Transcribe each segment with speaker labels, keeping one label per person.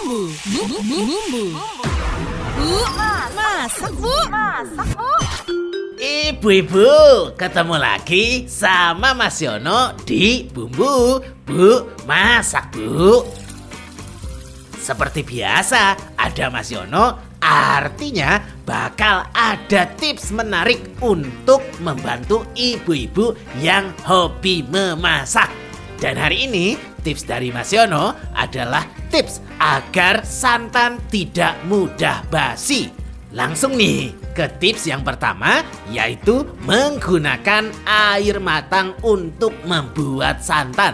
Speaker 1: Bumbu. Bu, masak bu.
Speaker 2: Ibu-ibu, ketemu lagi sama Mas Yono di Bumbu Bu Masak Bu. Seperti biasa, ada Mas Yono, artinya bakal ada tips menarik untuk membantu ibu-ibu yang hobi memasak. Dan hari ini tips dari Mas Yono adalah tips agar santan tidak mudah basi. Langsung nih ke tips yang pertama, yaitu menggunakan air matang untuk membuat santan.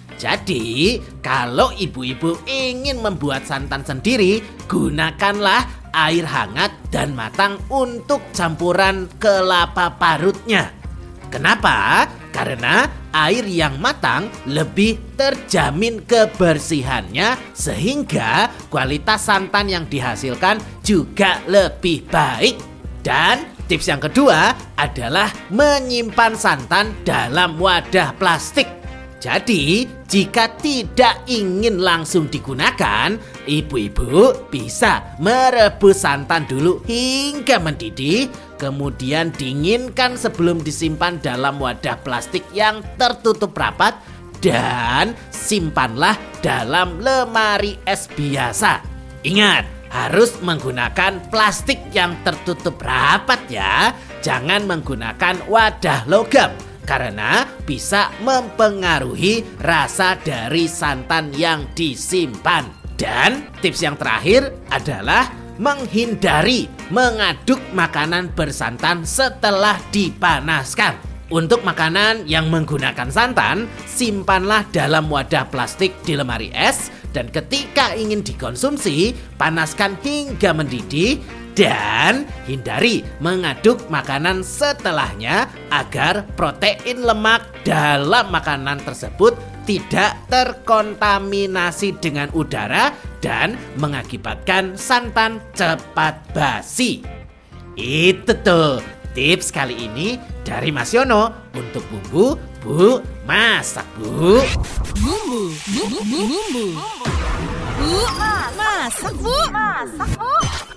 Speaker 2: Jadi, kalau ibu-ibu ingin membuat santan sendiri, gunakanlah air hangat dan matang untuk campuran kelapa parutnya. Kenapa? Karena air yang matang lebih terjamin kebersihannya sehingga kualitas santan yang dihasilkan juga lebih baik. Dan tips yang kedua adalah menyimpan santan dalam wadah plastik. Jadi, jika tidak ingin langsung digunakan, ibu-ibu bisa merebus santan dulu hingga mendidih, kemudian dinginkan sebelum disimpan dalam wadah plastik yang tertutup rapat, dan simpanlah dalam lemari es biasa. Ingat, harus menggunakan plastik yang tertutup rapat ya, jangan menggunakan wadah logam, karena bisa mempengaruhi rasa dari santan yang disimpan. Dan tips yang terakhir adalah menghindari mengaduk makanan bersantan setelah dipanaskan. Untuk makanan yang menggunakan santan, simpanlah dalam wadah plastik di lemari es, dan ketika ingin dikonsumsi, panaskan hingga mendidih. Dan hindari mengaduk makanan setelahnya agar protein lemak dalam makanan tersebut tidak terkontaminasi dengan udara dan mengakibatkan santan cepat basi. Itu tuh tips kali ini dari Mas Yono untuk Bumbu Bu Masak Bu.
Speaker 1: Bumbu. Bu, masak bu.